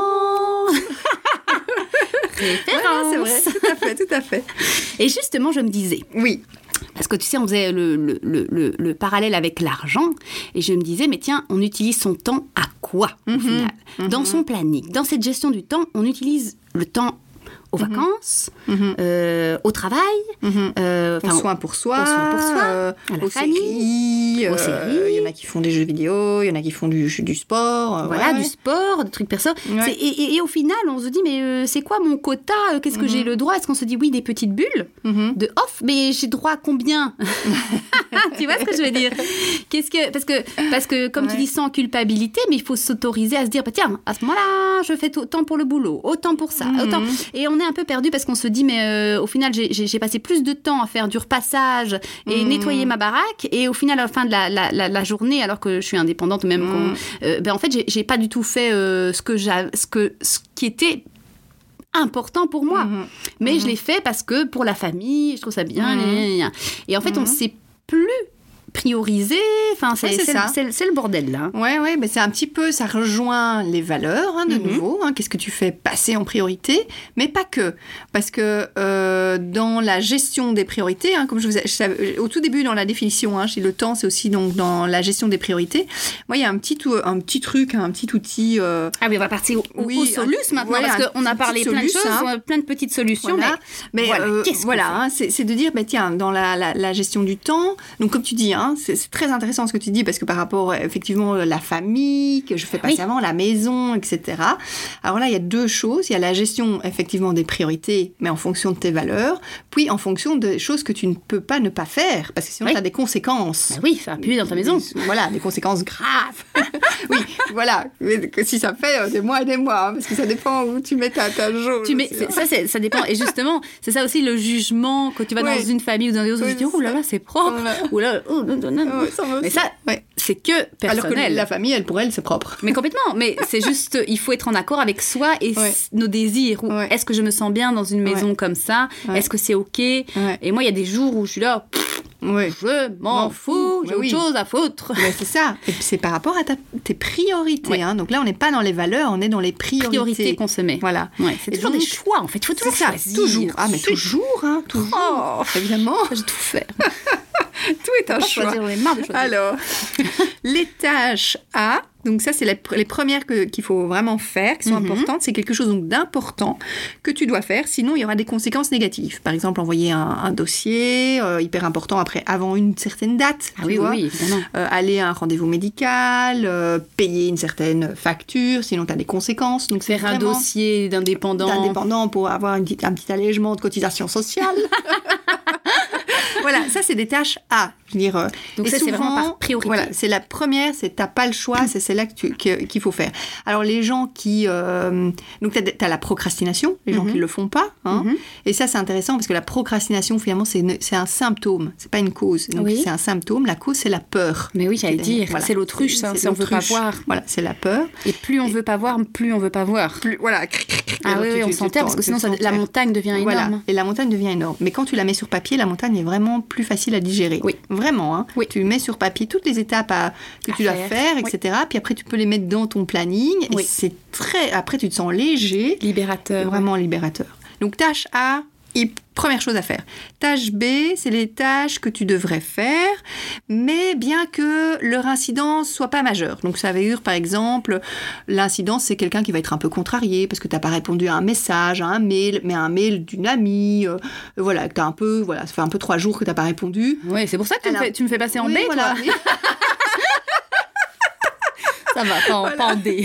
Référence. C'est vrai, tout à fait. Et justement, je me disais... Oui. Parce que tu sais, on faisait le parallèle avec l'argent. Et je me disais, mais tiens, on utilise son temps à quoi, au final ? Dans son planning, dans cette gestion du temps, on utilise le temps aux vacances, au travail, au soin pour soi, à la famille, aux séries. Il y en a qui font des jeux vidéo, il y en a qui font du sport. Du sport, des trucs perso. Ouais. Et au final, on se dit, mais c'est quoi mon quota ? Qu'est-ce que j'ai le droit ? Est-ce qu'on se dit, oui, des petites bulles de off, mais j'ai droit à combien ? Tu vois ce que je veux dire ? Parce que comme tu dis, sans culpabilité, mais il faut s'autoriser à se dire, bah, tiens, à ce moment-là, je fais autant pour le boulot, autant pour ça, autant... Et on est un peu perdu parce qu'on se dit, mais au final, j'ai passé plus de temps à faire du repassage et nettoyer ma baraque. Et au final, à la fin de la journée, alors que je suis indépendante, même en fait, j'ai pas du tout fait ce qui était important pour moi. Mais je l'ai fait parce que pour la famille, je trouve ça bien. Et en fait, on ne sait plus prioriser. Enfin, c'est le bordel, là. Ouais, mais c'est un petit peu, ça rejoint les valeurs, de nouveau. Qu'est-ce que tu fais passer en priorité? Mais pas que. Parce que dans la gestion des priorités, comme au tout début dans la définition, le temps, c'est aussi donc dans la gestion des priorités. Moi, il y a un petit truc, un petit outil. Ah oui, on va partir au solus maintenant, parce qu'on a parlé plein de choses, plein de petites solutions. Voilà. Mais voilà, c'est de dire, tiens, dans la gestion du temps, donc comme tu dis, c'est très intéressant ce que tu dis, parce que par rapport, effectivement, la famille, que je fais passer avant, la maison, etc. Alors là, il y a deux choses. Il y a la gestion, effectivement, des priorités, mais en fonction de tes valeurs, puis en fonction des choses que tu ne peux pas ne pas faire, parce que sinon, tu as des conséquences. Oui, ça va puer dans ta maison. Voilà, des conséquences graves. Oui, voilà. Mais si ça fait des mois et des mois, parce que ça dépend où tu mets ta jauge. Ça dépend. Et justement, c'est ça aussi le jugement, quand tu vas dans une famille ou dans des autres, tu te dis, oh là là, c'est propre. Ou là, mais ça, c'est que personnel. Alors que la famille, pour elle, c'est propre. Mais complètement. Mais c'est juste, il faut être en accord avec soi et nos désirs. Est-ce que je me sens bien dans une maison comme ça? Est-ce que c'est OK? Et moi, il y a des jours où je suis là, je m'en fous, j'ai autre chose à foutre. Mais c'est ça. Et puis c'est par rapport à tes priorités. Donc là, on n'est pas dans les valeurs, on est dans les priorités qu'on se met. Voilà. C'est toujours des choix, en fait. Il faut toujours choisir. Toujours. Ah, mais toujours. Évidemment. Je vais tout faire. Tout est un choix. Alors, les tâches A, donc ça, c'est les premières qu'il faut vraiment faire, qui sont importantes. C'est quelque chose donc d'important que tu dois faire, sinon il y aura des conséquences négatives. Par exemple, envoyer un dossier hyper important avant une certaine date. Oui, évidemment. Aller à un rendez-vous médical, payer une certaine facture, sinon tu as des conséquences. Donc, faire un dossier d'indépendant pour avoir un petit allègement de cotisation sociale. Voilà, ça c'est des tâches A. Je veux dire, donc ça, c'est vraiment par priorité. Voilà, c'est la première, t'as pas le choix, c'est celle-là qu'il faut faire. Alors les gens qui... donc t'as la procrastination, les gens qui le font pas. Et ça c'est intéressant parce que la procrastination, finalement, c'est un symptôme, c'est pas une cause. Donc c'est un symptôme, la cause c'est la peur. Mais oui, j'allais dire, c'est l'autruche, ça, on veut pas voir. Voilà, c'est la peur. Et plus on veut pas voir, plus on veut pas voir. Voilà. Ah oui, on s'enterre parce que sinon la montagne devient énorme. Voilà, et la montagne devient énorme. Mais quand tu la mets sur papier, la montagne est vraiment plus facile à digérer. Oui. Vraiment, Tu mets sur papier toutes les étapes que tu dois faire, etc. Puis après, tu peux les mettre dans ton planning. Et c'est après, tu te sens léger. Libérateur. Vraiment libérateur. Donc, tâche A, première chose à faire. Tâche B, c'est les tâches que tu devrais faire, mais bien que leur incidence soit pas majeure. Donc, ça veut dire, par exemple, l'incidence, c'est quelqu'un qui va être un peu contrarié parce que tu n'as pas répondu à un message, à un mail, mais à un mail d'une amie. Voilà, ça fait un peu 3 jours que tu n'as pas répondu. Oui, c'est pour ça que tu me fais passer en B, voilà. toi. Ça va, pas en D.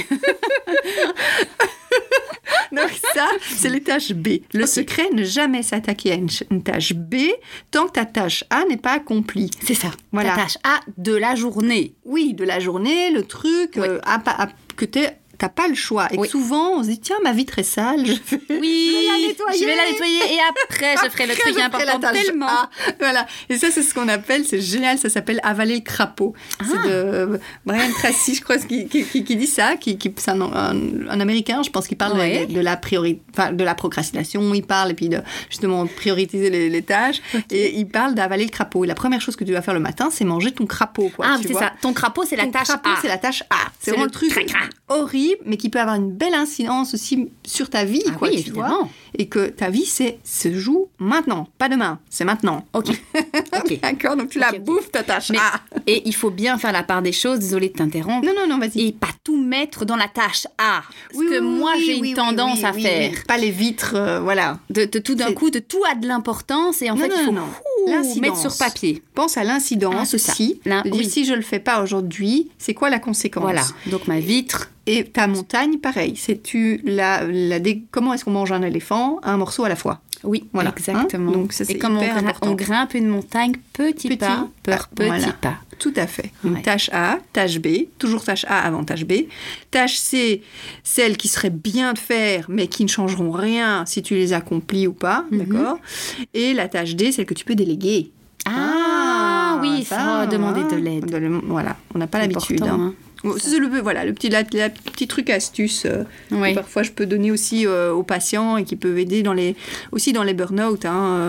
Donc ça, c'est les tâches B. Le secret, ne jamais s'attaquer à une tâche B tant que ta tâche A n'est pas accomplie. C'est ça. Voilà. Ta tâche A de la journée. Oui, de la journée, le truc que t'as pas le choix. Et souvent, on se dit, tiens, ma vitre est sale, je vais la nettoyer et après, je ferai le truc important tellement. Voilà. Et ça, c'est ce qu'on appelle, c'est génial, ça s'appelle avaler le crapaud. C'est de Brian Tracy, je crois, qui dit ça, c'est un Américain, je pense qu'il parle de la procrastination, il parle, et puis de, justement, prioriser les tâches, et il parle d'avaler le crapaud. Et la première chose que tu dois faire le matin, c'est manger ton crapaud, quoi. Ah, c'est ça. Ton crapaud, c'est la tâche A. C'est la tâche A. C'est vraiment le truc horrible, mais qui peut avoir une belle incidence aussi sur ta vie, quoi, tu vois. Et que ta vie, se joue maintenant, pas demain, c'est maintenant. Ok. D'accord, donc tu la bouffes, ta tâche A. Et il faut bien faire la part des choses, désolée de t'interrompre. Non, vas-y. Et pas tout mettre dans la tâche A. Parce que moi, j'ai une tendance à faire. Pas les vitres, voilà. De tout d'un coup, de tout a de l'importance, et en fait, il faut mettre sur papier. Pense à l'incidence aussi. Si je le fais pas aujourd'hui, c'est quoi la conséquence? Voilà, donc ma vitre... Et ta montagne, pareil. Comment est-ce qu'on mange un éléphant? Un morceau à la fois. Oui, voilà. Exactement. Donc ça, c'est et comme on grimpe une montagne petit pas. Tout à fait. Donc, tâche A, tâche B, toujours tâche A avant tâche B. Tâche C, celles qui seraient bien de faire, mais qui ne changeront rien si tu les accomplis ou pas. D'accord. Et la tâche D, celle que tu peux déléguer. Oui, ça demander de l'aide. Voilà, on n'a pas l'habitude. C'est le petit truc astuce que parfois je peux donner aussi aux patients et qui peuvent aider aussi dans les burn-out.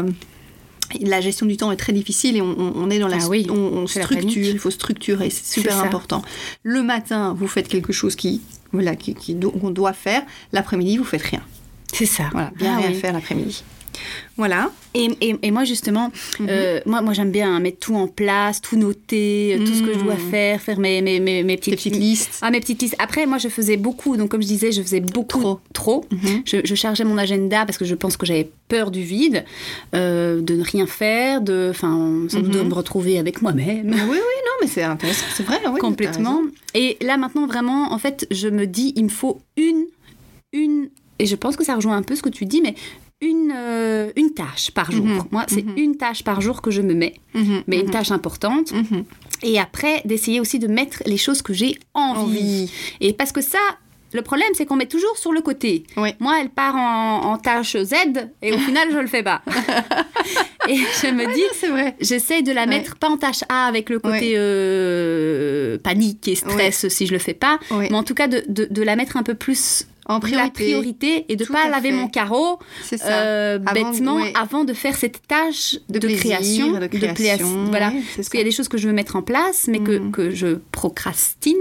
La gestion du temps est très difficile et on est dans on structure, il faut structurer, c'est super important. Le matin, vous faites quelque chose qu'on doit faire, l'après-midi, vous faites rien. C'est ça. Voilà, rien faire l'après-midi. Voilà. Et moi, justement, moi j'aime bien mettre tout en place, tout noter, tout ce que je dois faire mes petites listes. Mes petites listes. Après, moi, je faisais beaucoup. Donc, comme je disais, je faisais beaucoup. Trop. Je chargeais mon agenda parce que je pense que j'avais peur du vide, de ne rien faire, de me retrouver avec moi-même. Oui, non, mais c'est intéressant. C'est vrai, oui. Complètement. Et là, maintenant, vraiment, en fait, je me dis, il me faut une... Et je pense que ça rejoint un peu ce que tu dis, mais... Une tâche par jour. Moi, c'est une tâche par jour que je me mets, mais une tâche importante. Et après, d'essayer aussi de mettre les choses que j'ai envie. Et parce que ça, le problème, c'est qu'on met toujours sur le côté. Oui. Moi, elle part en tâche Z et au final, je le fais pas. Et je me dis, c'est vrai. J'essaye de la mettre pas en tâche A avec le côté panique et stress si je le fais pas, mais en tout cas de la mettre un peu plus... en priorité et de ne pas laver mon carreau bêtement avant de faire cette tâche de création. Voilà. Parce qu'il y a des choses que je veux mettre en place, mais que je procrastine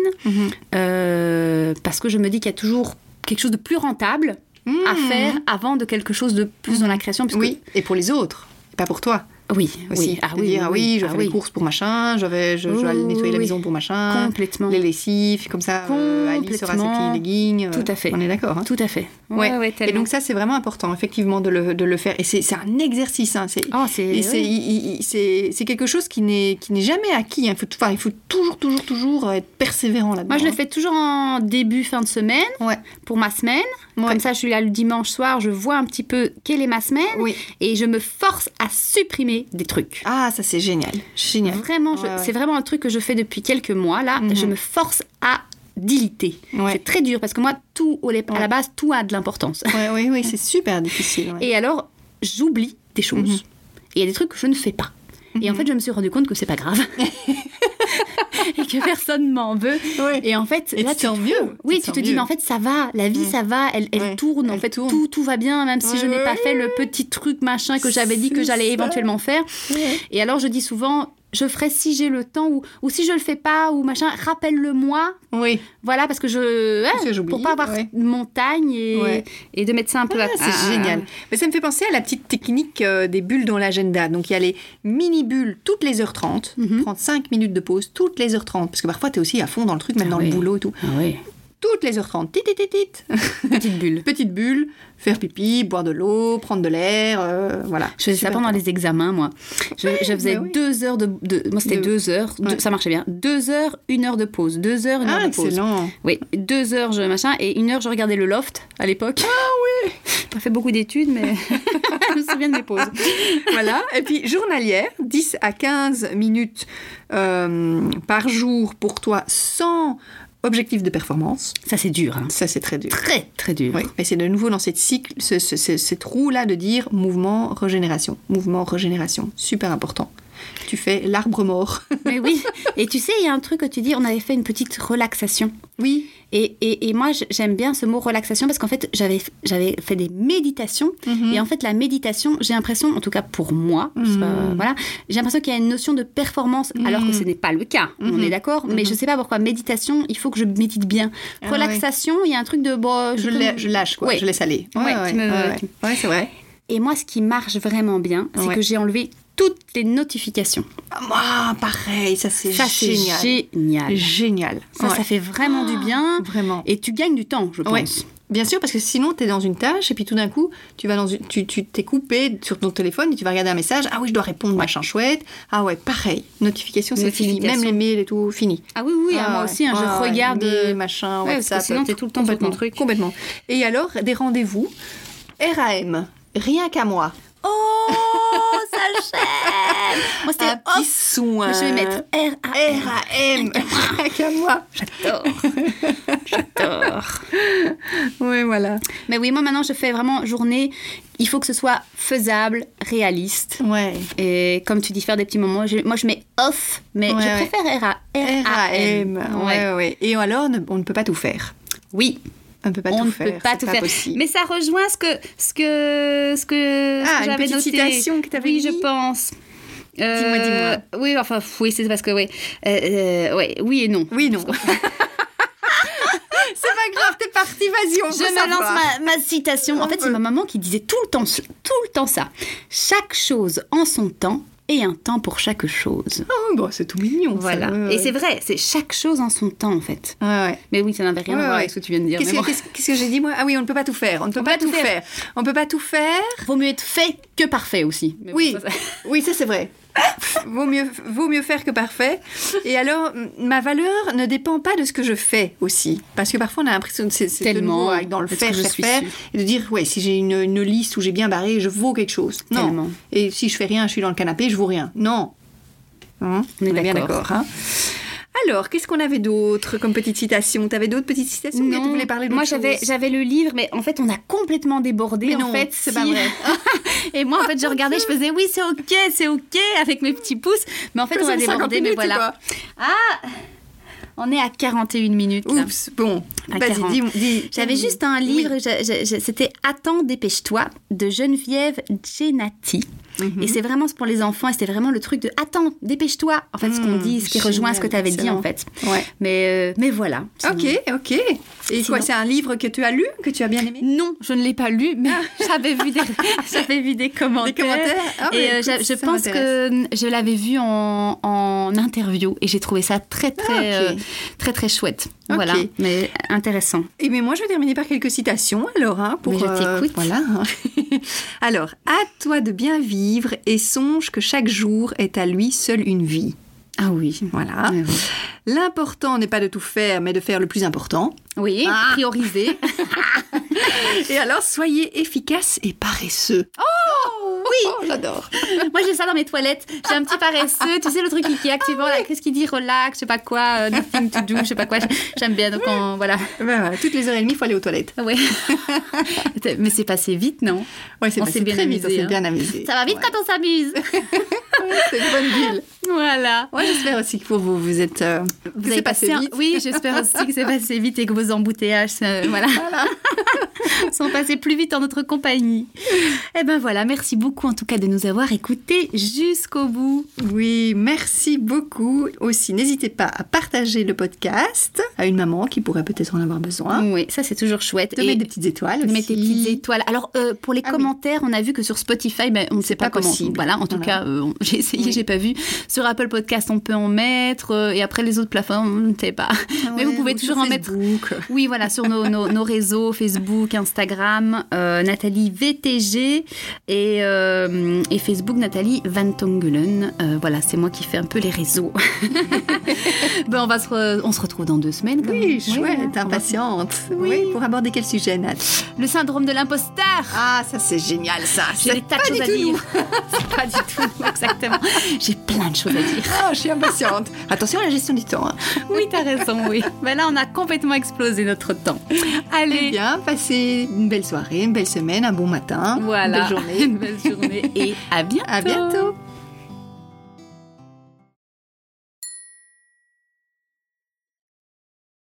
parce que je me dis qu'il y a toujours quelque chose de plus rentable à faire avant de quelque chose de plus dans la création. Oui, et pour les autres, pas pour toi. Oui, aussi. Je vais faire les courses pour machin, je vais nettoyer la maison pour machin. Complètement. Les lessives, comme ça, Ali sera ses petits leggings. Tout à fait. On est d'accord. Tout à fait. Ouais, et donc ça, c'est vraiment important, effectivement, de le faire. Et c'est un exercice. C'est quelque chose qui n'est jamais acquis. Il faut toujours être persévérant là-dedans. Moi, je le fais toujours en début, fin de semaine, pour ma semaine. Comme ça, je suis là le dimanche soir, je vois un petit peu quelle est ma semaine et je me force à supprimer des trucs. Ah, ça c'est génial. Vraiment, c'est vraiment un truc que je fais depuis quelques mois. Là, je me force à deleter. C'est très dur parce que moi, à la base, tout a de l'importance. Oui, c'est super difficile. Et alors, j'oublie des choses. Et il y a des trucs que je ne fais pas. Et en fait, je me suis rendu compte que c'est pas grave. Et que personne m'en veut. Et en fait, là, tu te sens mieux. Oui, tu te dis, mais en fait, ça va. La vie, ça va. Elle tourne. En fait, tout va bien, même si je n'ai pas fait le petit truc machin que j'avais dit que j'allais éventuellement faire. Et alors, je dis souvent... je ferai si j'ai le temps ou si je le fais pas ou machin, rappelle-le-moi. Oui. Voilà, parce que pour pas avoir de montagne et de mettre ça un peu c'est génial. Mais ça me fait penser à la petite technique des bulles dans l'agenda. Donc il y a les mini-bulles toutes les heures 30, prendre 5 minutes de pause toutes les heures 30, parce que parfois tu es aussi à fond dans le truc, même dans le boulot et tout. Toutes les heures 30, petite bulle, faire pipi, boire de l'eau, prendre de l'air, voilà. Je faisais ça pendant les examens, moi. Je faisais 2 heures de... Moi, c'était 2 heures, ça marchait bien. 2 heures, 1 heure de pause. 2 heures, 1 heure de pause. Excellent. Oui, 2 heures, et 1 heure, je regardais le Loft, à l'époque. Ah oui. J'ai pas fait beaucoup d'études, mais je me souviens de mes pauses. Voilà. Et puis, journalière, 10 à 15 minutes par jour pour toi, sans... objectif de performance. Ça, c'est dur. Ça, c'est très dur. Très, très dur. Oui, mais c'est de nouveau dans cette cycle, cette roue-là de dire mouvement, régénération. Mouvement, régénération. Super important. Tu fais l'arbre mort. Mais oui. Et tu sais, il y a un truc que tu dis, on avait fait une petite relaxation. Oui. Et moi, j'aime bien ce mot relaxation parce qu'en fait, j'avais fait des méditations. Et en fait, la méditation, j'ai l'impression, en tout cas pour moi, voilà, j'ai l'impression qu'il y a une notion de performance, alors que ce n'est pas le cas. On est d'accord. Mais je sais pas pourquoi. Méditation, il faut que je médite bien. Relaxation, il y a un truc de... je lâche, quoi. Je laisse aller. Ouais, c'est vrai. Et moi, ce qui marche vraiment bien, c'est que j'ai enlevé toutes les notifications. Ah, pareil, ça c'est génial. Génial. Ça fait vraiment du bien. Vraiment. Et tu gagnes du temps, je pense. Ouais. Bien sûr, parce que sinon, tu es dans une tâche et puis tout d'un coup, tu t'es coupé sur ton téléphone et tu vas regarder un message. Ah oui, je dois répondre, machin chouette. Ah ouais, pareil. Notification, c'est fini. Même les mails et tout, fini. Ah oui, moi aussi, je regarde... machin, WhatsApp. Sinon, tu es tout le temps sur ton truc. Complètement. Et alors, des rendez-vous RAM, rien qu'à moi. Oh, Sachette. Moi, c'était un petit off. son. Je vais mettre R-A-M. R-A-M. Qu'à moi. J'adore. Oui, voilà. Mais oui, moi, maintenant, je fais vraiment journée. Il faut que ce soit faisable, réaliste. Ouais. Et comme tu dis, faire des petits moments. Moi, je mets off, mais Ouais, je préfère R-A-M. Ouais. Et alors, on ne peut pas tout faire. Oui. On ne peut pas On tout ne faire. peut pas c'est tout pas faire. possible. Mais ça rejoint ce que une j'avais petite noté. citation que tu avais Oui, mis. je pense. Dis-moi. Oui, enfin, oui, c'est parce que, oui et non. Oui, non. C'est pas grave, t'es partie, vas-y, on Je veut me savoir. lance ma citation. En fait, c'est ma maman qui disait tout le temps ça. Chaque chose en son temps et un temps pour chaque chose. Oh, bon, c'est tout mignon. ça. Voilà. Ouais, Et c'est vrai, c'est chaque chose en son temps, en fait. Ouais. Mais oui, ça n'avait rien à voir avec ce que tu viens de dire. mais bon. Qu'est-ce que j'ai dit, moi? Ah oui, on ne peut pas tout faire. On ne peut pas tout faire. On ne peut pas tout faire. Vaut mieux être fait que parfait aussi. Mais Oui, bon, ça, oui, ça c'est vrai. Vaut mieux faire que parfait. Et alors, ma valeur ne dépend pas de ce que je fais aussi. Parce que parfois, on a l'impression que c'est Tellement. de nouveau, dans le Parce faire, que je faire, suis faire. sûre. Et de dire, ouais, si j'ai une liste où j'ai bien barré, je vaux quelque chose. Non. Tellement. Et si je fais rien, je suis dans le canapé, je vaux rien. Non. Hein? On est bien d'accord. d'accord. Hein? Alors, qu'est-ce qu'on avait d'autre comme petite citation? T'avais d'autres petites citations? Non, Tu voulais parler d'autre moi chose? j'avais le livre, mais en fait on a complètement débordé. Mais en non, fait, c'est pas vrai. Et moi en fait je regardais, je faisais oui c'est ok avec mes petits pouces, mais en fait on a Faisons 50 débordé. Mais minutes, voilà. ou quoi? On est à 41 minutes. Là. Oups, bon, À vas-y, 40. dis. J'avais juste un livre, c'était Attends, dépêche-toi de Geneviève Genati. Et c'est vraiment pour les enfants, et c'était vraiment le truc de Attends, dépêche-toi. En fait, ce qu'on dit, ce qui rejoint ce que tu avais dit en fait. Ouais. Mais voilà. Ok. Et quoi, c'est un livre que tu as lu, que tu as bien aimé? Non, je ne l'ai pas lu, mais j'avais vu des commentaires. Des commentaires? Ah, et bah, écoute, je ça pense m'intéresse. que je l'avais vu en interview et j'ai trouvé ça très très chouette. Ok. Voilà, mais intéressant. Et mais moi, je vais terminer par quelques citations, alors, pour... Mais je t'écoute. Voilà. Alors, à toi de bien vivre et songe que chaque jour est à lui seul une vie. Ah oui. Voilà. Oui. L'important n'est pas de tout faire, mais de faire le plus important. Oui, prioriser. Et alors, soyez efficace et paresseux. Oui. Oh, j'adore. Moi, j'ai ça dans mes toilettes. J'ai un petit paresseux. Tu sais, le truc qui est activant, là, qu'est-ce qu'il dit? Relax, je sais pas quoi, nothing to do, je sais pas quoi. J'aime bien. Donc, voilà. Ben, voilà, toutes les heures et demie, il faut aller aux toilettes. Ouais. Mais c'est passé vite, non? Ouais, c'est On passé s'est bien très vite, on amusé, s'est hein. bien amusé. Ça va vite quand on s'amuse. C'est une bonne ville. Voilà. Ouais, j'espère aussi que pour vous, vous êtes... Vous avez passé vite. Oui, j'espère aussi que c'est passé vite et que vos embouteillages sont passés plus vite en notre compagnie. Eh ben voilà, merci beaucoup en tout cas de nous avoir écoutés jusqu'au bout. Oui, merci beaucoup. Aussi, n'hésitez pas à partager le podcast à une maman qui pourrait peut-être en avoir besoin. Oui, ça c'est toujours chouette. De mettre des petites étoiles aussi. Mettez des petites étoiles. Alors, pour les commentaires, on a vu que sur Spotify, on ne sait pas comment. possible. Voilà, en tout cas, j'ai essayé, j'ai pas vu. Sur Apple Podcast, on peut en mettre. Et après, les autres plateformes, on ne sait pas. Mais vous pouvez toujours en mettre. Oui, voilà, sur nos réseaux, Facebook, Instagram, Nathalie VTG et Facebook, Nathalie Van Tongelen. Voilà, c'est moi qui fais un peu les réseaux. On se retrouve dans 2 semaines. Oui, chouette, impatiente. Oui, pour aborder quel sujet, Nat? Le syndrome de l'imposteur. Ah, ça c'est génial, ça. J'ai des tas de choses à dire. C'est pas du tout, exactement. J'ai plein de choses à dire. Ah, je suis impatiente. Attention à la gestion du temps. Hein. Oui, t'as raison, oui. Ben là, on a complètement explosé notre temps. Allez. Eh bien, passez une belle soirée, une belle semaine, un bon matin. Voilà. Une belle journée. Une belle journée et à bientôt. À bientôt.